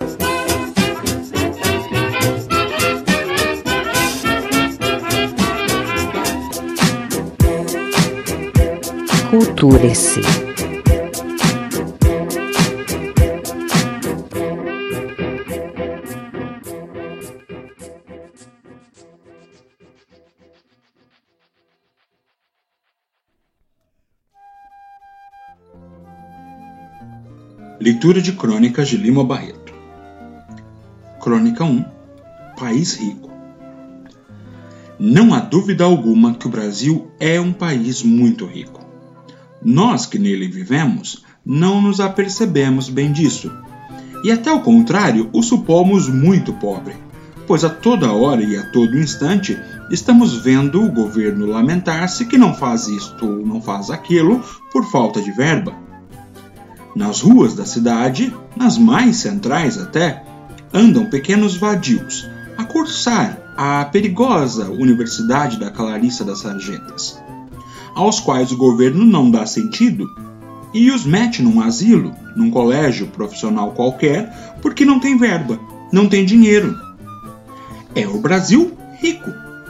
Culture-se. Leitura de Crônicas de Lima Barreto. Crônica 1. País Rico. Não há dúvida alguma que o Brasil é um país muito rico. Nós que nele vivemos não nos apercebemos bem disso. E até ao contrário, o supomos muito pobre, pois a toda hora e a todo instante estamos vendo o governo lamentar-se que não faz isto ou não faz aquilo por falta de verba. Nas ruas da cidade, nas mais centrais até, andam pequenos vadios a cursar a perigosa Universidade da Clarissa das Sarjetas, aos quais o governo não dá sentido e os mete num asilo, num colégio profissional qualquer, porque não tem verba, não tem dinheiro. É o Brasil rico.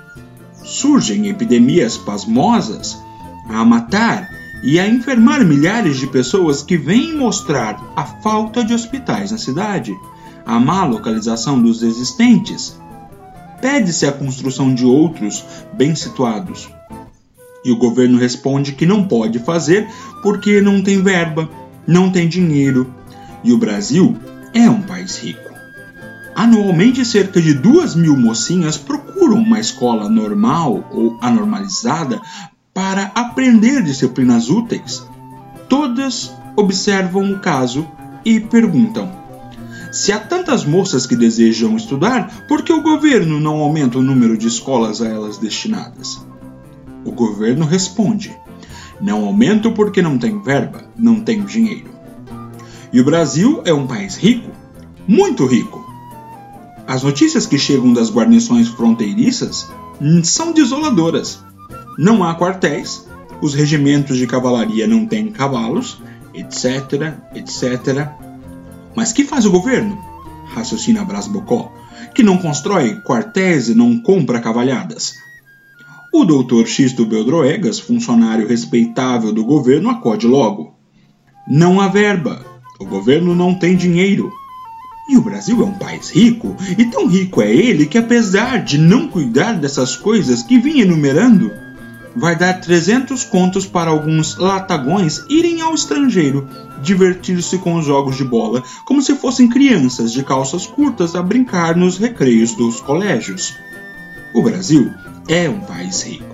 Surgem epidemias pasmosas a matar e a enfermar milhares de pessoas que vêm mostrar a falta de hospitais na cidade, a má localização dos existentes. Pede-se a construção de outros bem situados. E o governo responde que não pode fazer porque não tem verba, não tem dinheiro. E o Brasil é um país rico. Anualmente, cerca de 2.000 mocinhas procuram uma escola normal ou anormalizada para aprender disciplinas úteis. Todas observam o caso e perguntam: se há tantas moças que desejam estudar, por que o governo não aumenta o número de escolas a elas destinadas? O governo responde: não aumento porque não tem verba, não tem dinheiro. E o Brasil é um país rico, muito rico. As notícias que chegam das guarnições fronteiriças são desoladoras. Não há quartéis, os regimentos de cavalaria não têm cavalos, etc, etc. Mas que faz o governo? Raciocina Brás Bocó, que não constrói quartéis e não compra cavalhadas. O doutor Xisto Beldroegas, funcionário respeitável do governo, acode logo: não há verba, o governo não tem dinheiro. E o Brasil é um país rico, e tão rico é ele que, apesar de não cuidar dessas coisas que vim enumerando, vai dar 300 contos para alguns latagões irem ao estrangeiro, divertir-se com os jogos de bola, como se fossem crianças de calças curtas a brincar nos recreios dos colégios. O Brasil é um país rico.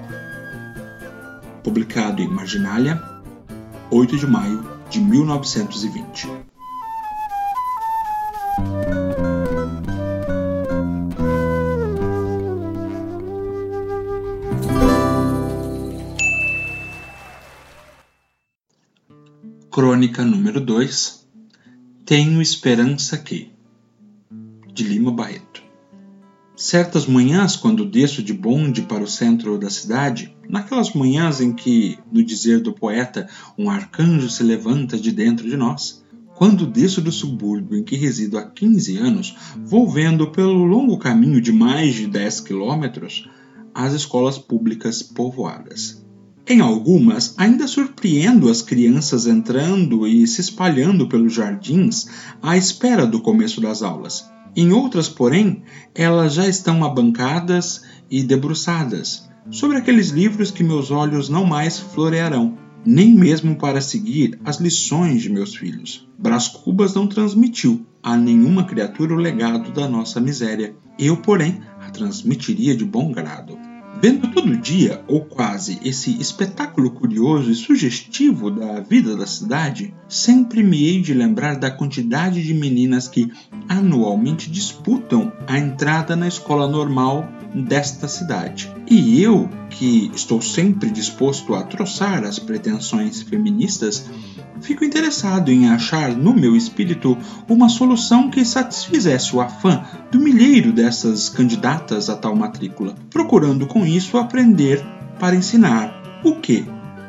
Publicado em Marginalia, 8 de maio de 1920. Crônica número 2. Tenho esperança que... de Lima Barreto. Certas manhãs, quando desço de bonde para o centro da cidade, naquelas manhãs em que, no dizer do poeta, um arcanjo se levanta de dentro de nós, quando desço do subúrbio em que resido há 15 anos, vou vendo pelo longo caminho de mais de 10 quilômetros as escolas públicas povoadas. Em algumas, ainda surpreendo as crianças entrando e se espalhando pelos jardins à espera do começo das aulas. Em outras, porém, elas já estão abancadas e debruçadas sobre aqueles livros que meus olhos não mais florearão, nem mesmo para seguir as lições de meus filhos. Brás Cubas não transmitiu a nenhuma criatura o legado da nossa miséria. Eu, porém, a transmitiria de bom grado. Vendo todo dia, ou quase, esse espetáculo curioso e sugestivo da vida da cidade, sempre me hei de lembrar da quantidade de meninas que anualmente disputam a entrada na escola normal desta cidade. E eu, que estou sempre disposto a troçar as pretensões feministas, fico interessado em achar no meu espírito uma solução que satisfizesse o afã do milheiro dessas candidatas a tal matrícula, procurando com isso aprender para ensinar. O quê?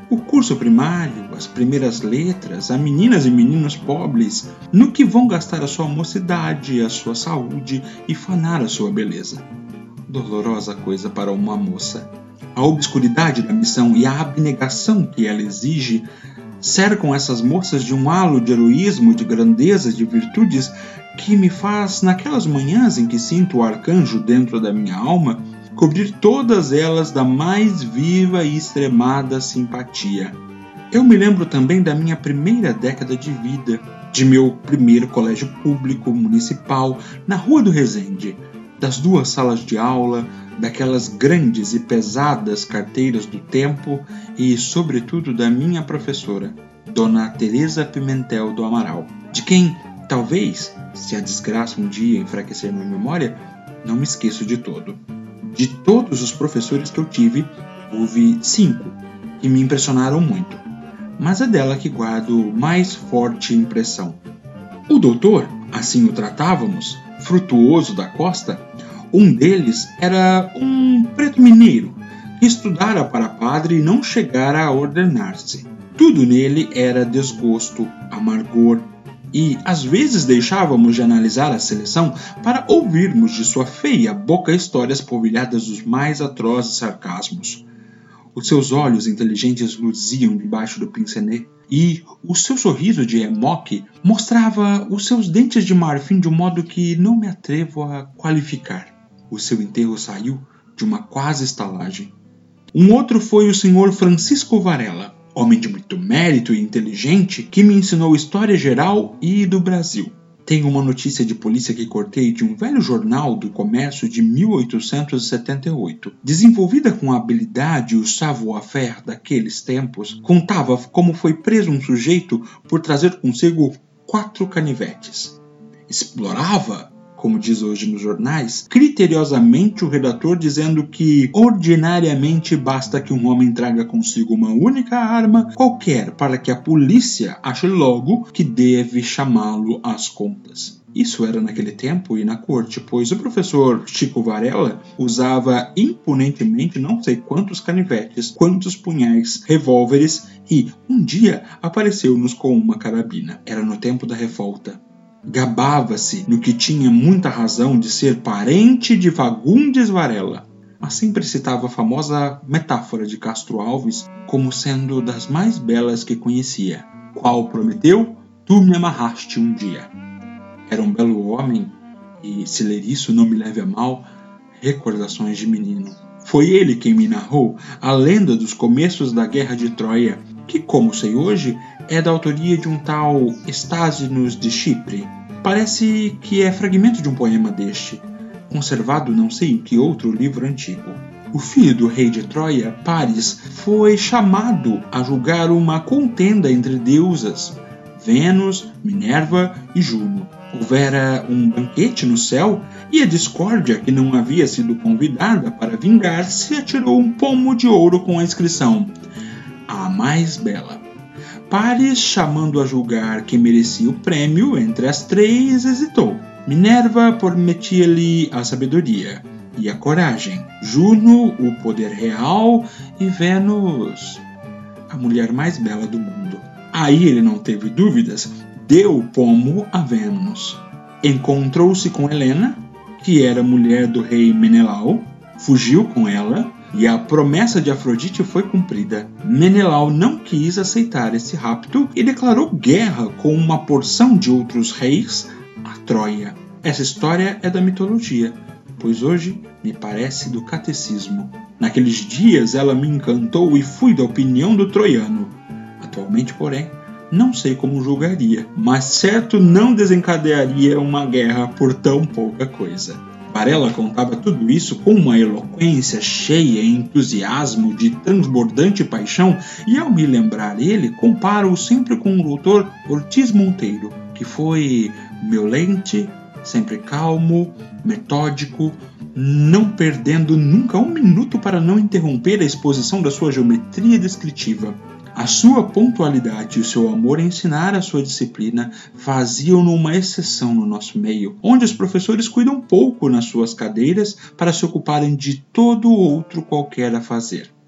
o curso primário, as primeiras letras, a meninas e meninos pobres, no que vão gastar a sua mocidade, a sua saúde e fanar a sua beleza. Dolorosa coisa para uma moça. A obscuridade da missão e a abnegação que ela exige cercam essas moças de um halo de heroísmo, de grandeza, de virtudes que me faz, naquelas manhãs em que sinto o arcanjo dentro da minha alma, cobrir todas elas da mais viva e extremada simpatia. Eu me lembro também da minha primeira década de vida, de meu primeiro colégio público municipal na Rua do Resende, das 2 salas de aula, daquelas grandes e pesadas carteiras do tempo e, sobretudo, da minha professora, Dona Teresa Pimentel do Amaral, de quem, talvez, se a desgraça um dia enfraquecer minha memória, não me esqueço de todo. De todos os professores que eu tive, houve 5 que me impressionaram muito, mas é dela que guardo mais forte impressão. O doutor, assim o tratávamos, Frutuoso da Costa, um deles era um preto mineiro que estudara para padre e não chegara a ordenar-se. Tudo nele era desgosto, amargor, e às vezes deixávamos de analisar a seleção para ouvirmos de sua feia boca histórias polvilhadas dos mais atrozes sarcasmos. Os seus olhos inteligentes luziam debaixo do pince-nez, e o seu sorriso de émoque mostrava os seus dentes de marfim de um modo que não me atrevo a qualificar. O seu enterro saiu de uma quase estalagem. Um outro foi o Sr. Francisco Varela, homem de muito mérito e inteligente, que me ensinou história geral e do Brasil. Tenho uma notícia de polícia que cortei de um velho jornal do comércio de 1878. Desenvolvida com a habilidade e o savoir-faire daqueles tempos, contava como foi preso um sujeito por trazer consigo 4 canivetes. Explorava, como diz hoje nos jornais, criteriosamente o redator dizendo que ordinariamente basta que um homem traga consigo uma única arma qualquer para que a polícia ache logo que deve chamá-lo às contas. Isso era naquele tempo e na corte, pois o professor Chico Varela usava imponentemente não sei quantos canivetes, quantos punhais, revólveres e, um dia, apareceu-nos com uma carabina. Era no tempo da revolta. Gabava-se no que tinha muita razão de ser parente de Fagundes Varela. Mas sempre citava a famosa metáfora de Castro Alves como sendo das mais belas que conhecia. Qual prometeu, tu me amarraste um dia. Era um belo homem e, se ler isso não me leve a mal, recordações de menino. Foi ele quem me narrou a lenda dos começos da Guerra de Troia, que, como sei hoje, é da autoria de um tal Estásinos de Chipre. Parece que é fragmento de um poema deste, conservado não sei em que outro livro antigo. O filho do rei de Troia, Paris, foi chamado a julgar uma contenda entre deusas, Vênus, Minerva e Juno. Houvera um banquete no céu e a discórdia, que não havia sido convidada para vingar-se, atirou um pomo de ouro com a inscrição A mais bela. Paris, chamando a julgar quem merecia o prêmio entre as 3, hesitou. Minerva prometia-lhe a sabedoria e a coragem, Juno o poder real e Vênus a mulher mais bela do mundo. Aí ele não teve dúvidas, deu o pomo a Vênus. Encontrou-se com Helena, que era mulher do rei Menelau, fugiu com ela e a promessa de Afrodite foi cumprida. Menelau não quis aceitar esse rapto e declarou guerra com uma porção de outros reis a Troia. Essa história é da mitologia, pois hoje me parece do catecismo. Naqueles dias ela me encantou e fui da opinião do troiano. Atualmente, porém, não sei como julgaria, mas certo não desencadearia uma guerra por tão pouca coisa. Varela contava tudo isso com uma eloquência cheia e entusiasmo de transbordante paixão, e ao me lembrar ele, comparo-o sempre com o doutor Ortiz Monteiro, que foi meu lente, sempre calmo, metódico, não perdendo nunca um minuto para não interromper a exposição da sua geometria descritiva. A sua pontualidade e o seu amor em ensinar a sua disciplina faziam-no uma exceção no nosso meio, onde os professores cuidam pouco nas suas cadeiras para se ocuparem de todo outro qualquer a fazer.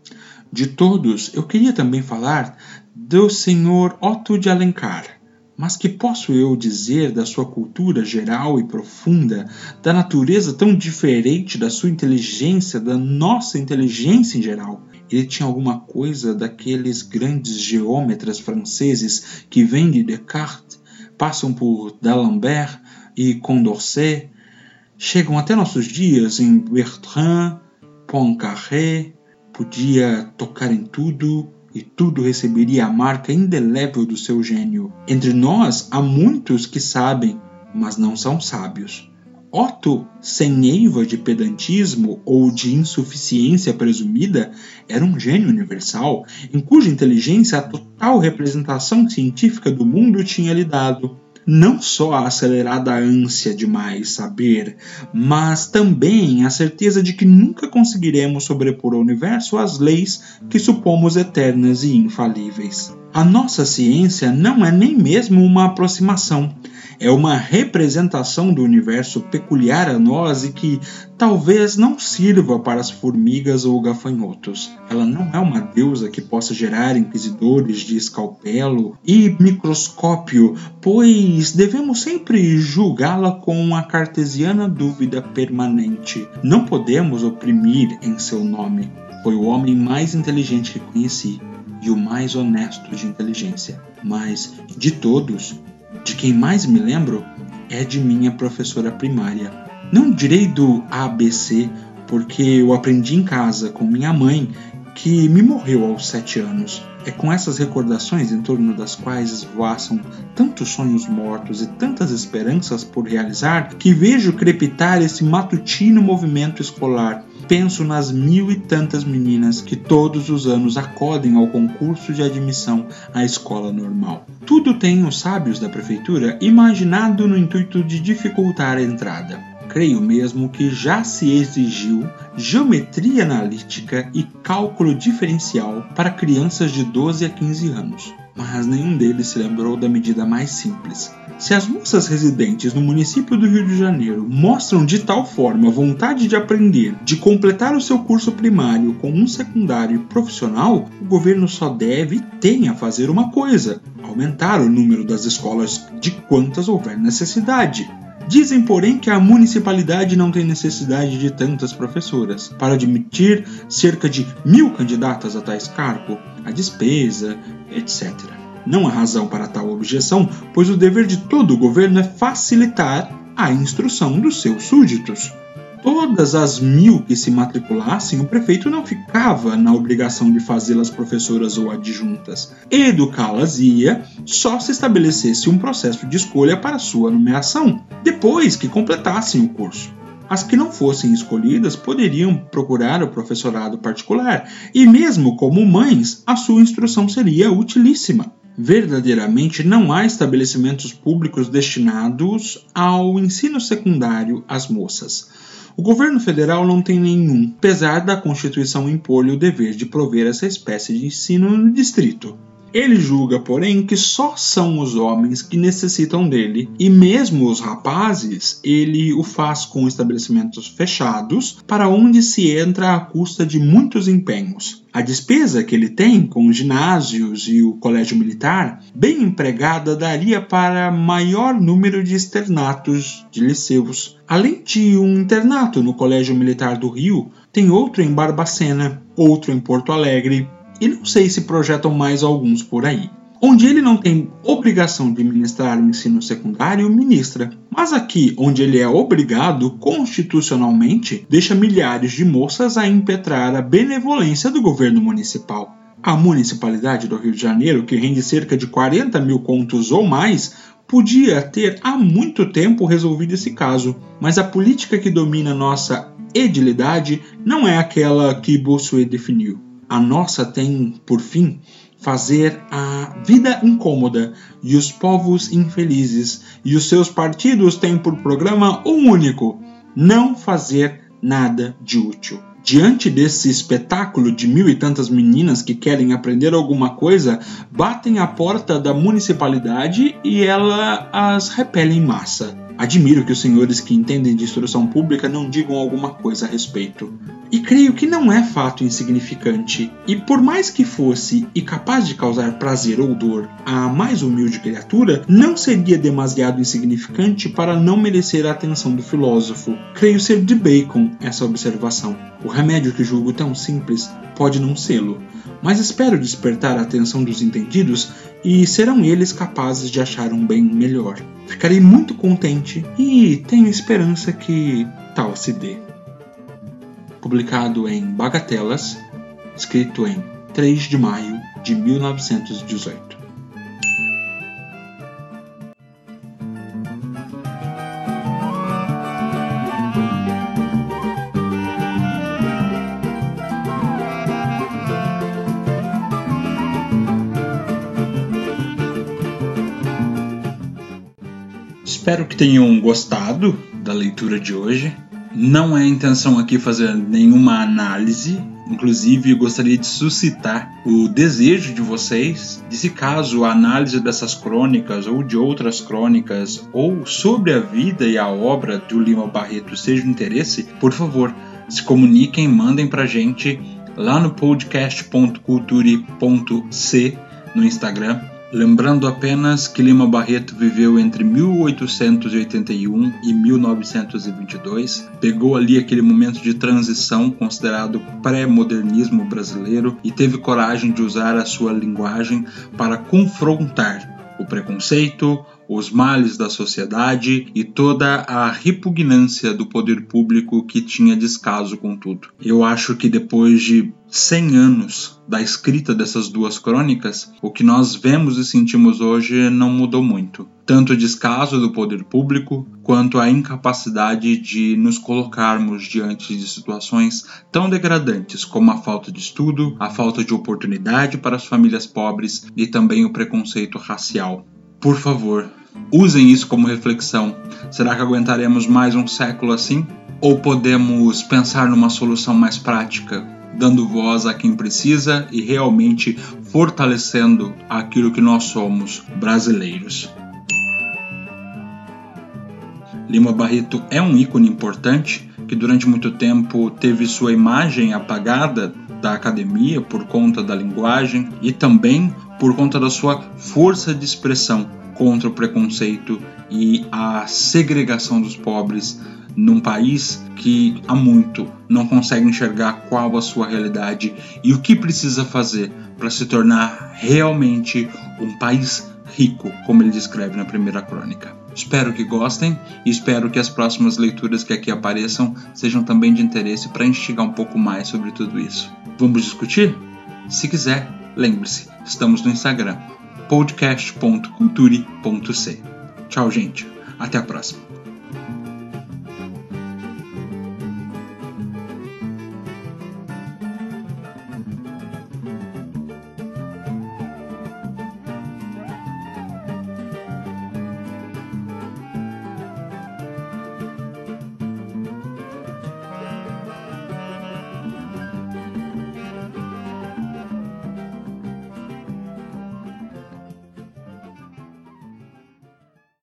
De todos, eu queria também falar do Sr. Otto de Alencar. Mas que posso eu dizer da sua cultura geral e profunda, da natureza tão diferente da sua inteligência, da nossa inteligência em geral? Ele tinha alguma coisa daqueles grandes geômetras franceses que vêm de Descartes, passam por D'Alembert e Condorcet, chegam até nossos dias em Bertrand, Poincaré, podia tocar em tudo e tudo receberia a marca indelével do seu gênio. Entre nós há muitos que sabem, mas não são sábios. Otto, sem eiva de pedantismo ou de insuficiência presumida, era um gênio universal, em cuja inteligência a total representação científica do mundo tinha lhe dado não só a acelerada ânsia de mais saber, mas também a certeza de que nunca conseguiremos sobrepor ao universo as leis que supomos eternas e infalíveis. A nossa ciência não é nem mesmo uma aproximação, é uma representação do universo peculiar a nós e que talvez não sirva para as formigas ou gafanhotos. Ela não é uma deusa que possa gerar inquisidores de escalpelo e microscópio, pois devemos sempre julgá-la com a cartesiana dúvida permanente. Não podemos oprimir em seu nome. Foi o homem mais inteligente que conheci e o mais honesto de inteligência. Mas, de todos, de quem mais me lembro é de minha professora primária. Não direi do ABC, porque eu aprendi em casa com minha mãe, que me morreu aos 7 anos. É com essas recordações em torno das quais esvoaçam tantos sonhos mortos e tantas esperanças por realizar que vejo crepitar esse matutino movimento escolar. Penso nas 1000 e tantas meninas que todos os anos acodem ao concurso de admissão à escola normal. Tudo tem os sábios da prefeitura imaginado no intuito de dificultar a entrada. Creio mesmo que já se exigiu geometria analítica e cálculo diferencial para crianças de 12 a 15 anos, mas nenhum deles se lembrou da medida mais simples. Se as moças residentes no município do Rio de Janeiro mostram de tal forma vontade de aprender, de completar o seu curso primário com um secundário profissional, o governo só deve e tem a fazer uma coisa: aumentar o número das escolas de quantas houver necessidade. Dizem, porém, que a municipalidade não tem necessidade de tantas professoras para admitir cerca de 1000 candidatas a tais cargo, a despesa, etc. Não há razão para tal objeção, pois o dever de todo o governo é facilitar a instrução dos seus súditos. Todas as 1000 que se matriculassem, o prefeito não ficava na obrigação de fazê-las professoras ou adjuntas. Educá-las ia só se estabelecesse um processo de escolha para sua nomeação, depois que completassem o curso. As que não fossem escolhidas poderiam procurar o professorado particular, e mesmo como mães, a sua instrução seria utilíssima. Verdadeiramente não há estabelecimentos públicos destinados ao ensino secundário às moças. O governo federal não tem nenhum, apesar da Constituição impor-lhe o dever de prover essa espécie de ensino no distrito. Ele julga, porém, que só são os homens que necessitam dele, e mesmo os rapazes, ele o faz com estabelecimentos fechados, para onde se entra à custa de muitos empenhos. A despesa que ele tem com os ginásios e o colégio militar, bem empregada, daria para maior número de externatos de liceus. Além de um internato no Colégio Militar do Rio, tem outro em Barbacena, outro em Porto Alegre, e não sei se projetam mais alguns por aí. Onde ele não tem obrigação de ministrar o ensino secundário, ministra. Mas aqui, onde ele é obrigado constitucionalmente, deixa milhares de moças a impetrar a benevolência do governo municipal. A municipalidade do Rio de Janeiro, que rende cerca de 40.000 contos ou mais, podia ter há muito tempo resolvido esse caso, mas a política que domina nossa edilidade não é aquela que Bossuet definiu. A nossa tem, por fim, fazer a vida incômoda e os povos infelizes, e os seus partidos têm por programa um único: não fazer nada de útil. Diante desse espetáculo de 1000 e tantas meninas que querem aprender alguma coisa, batem à porta da municipalidade e ela as repele em massa. Admiro que os senhores que entendem de instrução pública não digam alguma coisa a respeito. E creio que não é fato insignificante, e por mais que fosse e capaz de causar prazer ou dor à mais humilde criatura, não seria demasiado insignificante para não merecer a atenção do filósofo. Creio ser de Bacon essa observação. O remédio que julgo tão simples pode não sê-lo, mas espero despertar a atenção dos entendidos e serão eles capazes de achar um bem melhor. Ficarei muito contente e tenho esperança que tal se dê. Publicado em Bagatelas, escrito em 3 de maio de 1918. Espero que tenham gostado da leitura de hoje. Não é a intenção aqui fazer nenhuma análise, inclusive gostaria de suscitar o desejo de vocês de, se caso a análise dessas crônicas ou de outras crônicas ou sobre a vida e a obra do Lima Barreto seja de interesse, por favor, se comuniquem, mandem pra gente lá no podcast.culture.c no Instagram. Lembrando apenas que Lima Barreto viveu entre 1881 e 1922, pegou ali aquele momento de transição considerado pré-modernismo brasileiro e teve coragem de usar a sua linguagem para confrontar o preconceito, os males da sociedade e toda a repugnância do poder público que tinha descaso com tudo. Eu acho que depois de 100 anos da escrita dessas duas crônicas, o que nós vemos e sentimos hoje não mudou muito. Tanto o descaso do poder público, quanto a incapacidade de nos colocarmos diante de situações tão degradantes como a falta de estudo, a falta de oportunidade para as famílias pobres e também o preconceito racial. Por favor, usem isso como reflexão. Será que aguentaremos mais um século assim? Ou podemos pensar numa solução mais prática, dando voz a quem precisa e realmente fortalecendo aquilo que nós somos, brasileiros? Lima Barreto é um ícone importante que durante muito tempo teve sua imagem apagada da academia por conta da linguagem e também por conta da sua força de expressão contra o preconceito e a segregação dos pobres num país que há muito não consegue enxergar qual a sua realidade e o que precisa fazer para se tornar realmente um país rico, como ele descreve na primeira crônica. Espero que gostem e espero que as próximas leituras que aqui apareçam sejam também de interesse para instigar um pouco mais sobre tudo isso. Vamos discutir? Se quiser, lembre-se, estamos no Instagram, podcast.culture.c. Tchau, gente. Até a próxima.